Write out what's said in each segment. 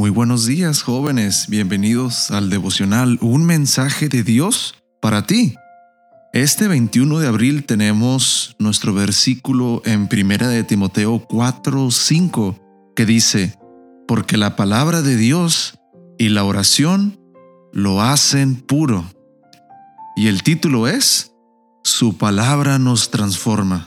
Muy buenos días, jóvenes. Bienvenidos al devocional Un mensaje de Dios para ti. Este 21 de abril tenemos nuestro versículo en 1 de Timoteo 4:5 que dice: porque la palabra de Dios y la oración lo hacen puro. Y el título es: Su palabra nos transforma.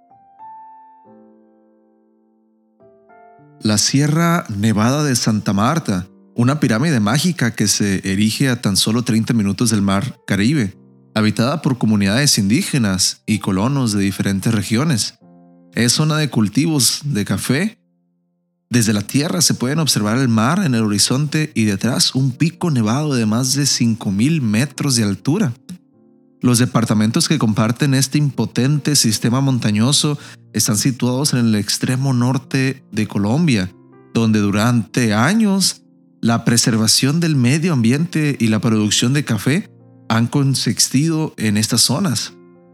La Sierra Nevada de Santa Marta, una pirámide mágica que se erige a tan solo 30 minutos del mar Caribe, habitada por comunidades indígenas y colonos de diferentes regiones. Es zona de cultivos de café. Desde la tierra se pueden observar el mar en el horizonte y detrás un pico nevado de más de 5,000 metros de altura. Los departamentos que comparten este impotente sistema montañoso están situados en el extremo norte de Colombia, donde durante años la preservación del medio ambiente y la producción de café han consistido en estas zonas.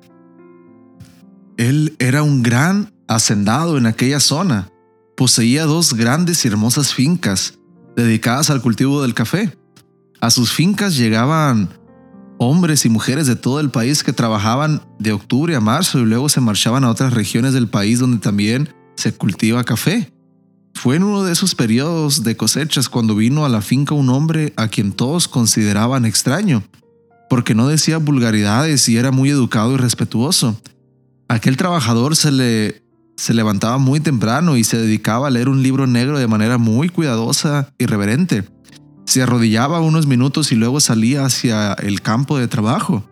Él era un gran hacendado en aquella zona. Poseía 2 grandes y hermosas fincas dedicadas al cultivo del café. A sus fincas llegaban hombres y mujeres de todo el país que trabajaban de octubre a marzo y luego se marchaban a otras regiones del país donde también se cultiva café. Fue en uno de esos periodos de cosechas cuando vino a la finca un hombre a quien todos consideraban extraño, porque no decía vulgaridades y era muy educado y respetuoso. Aquel trabajador se levantaba muy temprano y se dedicaba a leer un libro negro de manera muy cuidadosa y reverente. Se arrodillaba unos minutos y luego salía hacia el campo de trabajo.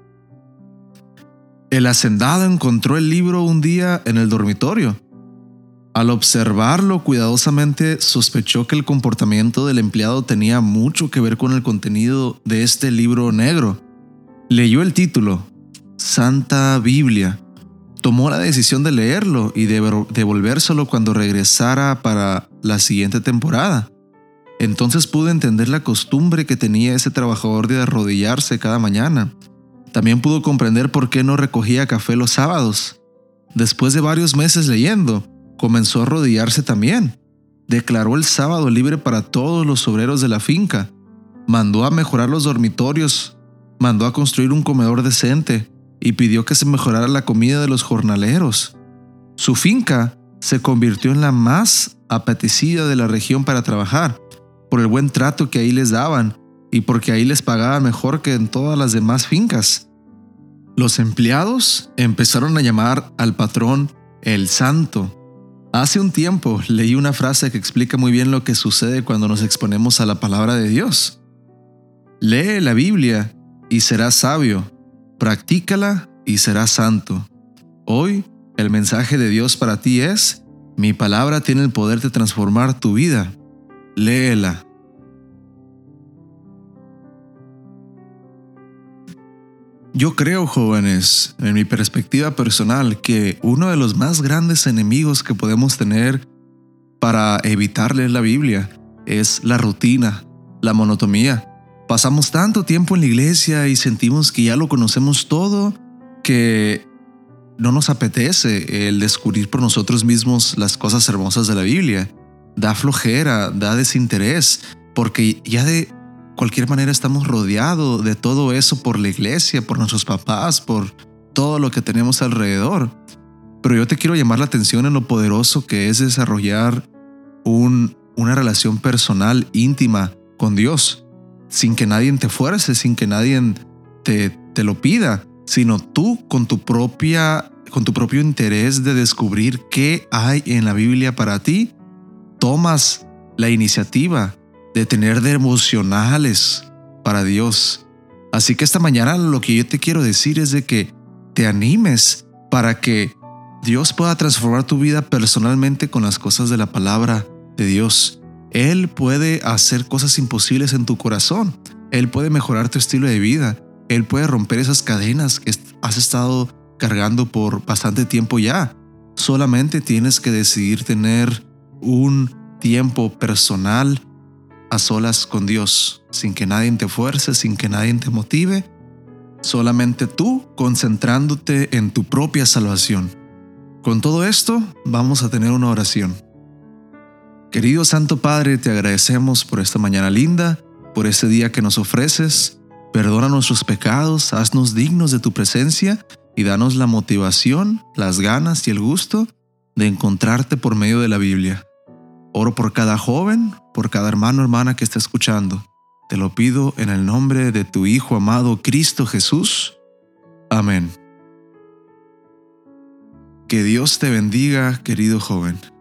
El hacendado encontró el libro un día en el dormitorio. Al observarlo cuidadosamente, sospechó que el comportamiento del empleado tenía mucho que ver con el contenido de este libro negro. Leyó el título, Santa Biblia. Tomó la decisión de leerlo y de devolvérselo cuando regresara para la siguiente temporada. Entonces pudo entender la costumbre que tenía ese trabajador de arrodillarse cada mañana. También pudo comprender por qué no recogía café los sábados. Después de varios meses leyendo, comenzó a arrodillarse también. Declaró el sábado libre para todos los obreros de la finca. Mandó a mejorar los dormitorios. Mandó a construir un comedor decente y pidió que se mejorara la comida de los jornaleros. Su finca se convirtió en la más apetecida de la región para trabajar, por el buen trato que ahí les daban y porque ahí les pagaban mejor que en todas las demás fincas. Los empleados empezaron a llamar al patrón el Santo. Hace un tiempo leí una frase que explica muy bien lo que sucede cuando nos exponemos a la palabra de Dios. Lee la Biblia y serás sabio, practícala y serás santo. Hoy el mensaje de Dios para ti es: mi palabra tiene el poder de transformar tu vida. Léela. Yo creo, jóvenes, en mi perspectiva personal, que uno de los más grandes enemigos que podemos tener para evitar leer la Biblia es la rutina, la monotonía. Pasamos tanto tiempo en la iglesia y sentimos que ya lo conocemos todo, que no nos apetece el descubrir por nosotros mismos las cosas hermosas de la Biblia. Da flojera, da desinterés, porque ya de cualquier manera estamos rodeados de todo eso por la iglesia, por nuestros papás, por todo lo que tenemos alrededor. Pero yo te quiero llamar la atención en lo poderoso que es desarrollar una relación personal íntima con Dios, sin que nadie te fuerce, sin que nadie te lo pida, sino tú con tu propio interés de descubrir qué hay en la Biblia para ti. Tomas la iniciativa de tener devocionales para Dios. Así que esta mañana lo que yo te quiero decir es de que te animes para que Dios pueda transformar tu vida personalmente con las cosas de la palabra de Dios. Él puede hacer cosas imposibles en tu corazón. Él puede mejorar tu estilo de vida. Él puede romper esas cadenas que has estado cargando por bastante tiempo ya. Solamente tienes que decidir tener un tiempo personal a solas con Dios, sin que nadie te fuerce, sin que nadie te motive, solamente tú concentrándote en tu propia salvación. Con todo esto, vamos a tener una oración. Querido Santo Padre, te agradecemos por esta mañana linda, por este día que nos ofreces. Perdona nuestros pecados, haznos dignos de tu presencia y danos la motivación, las ganas y el gusto de encontrarte por medio de la Biblia. Oro por cada joven, por cada hermano o hermana que está escuchando. Te lo pido en el nombre de tu Hijo amado Cristo Jesús. Amén. Que Dios te bendiga, querido joven.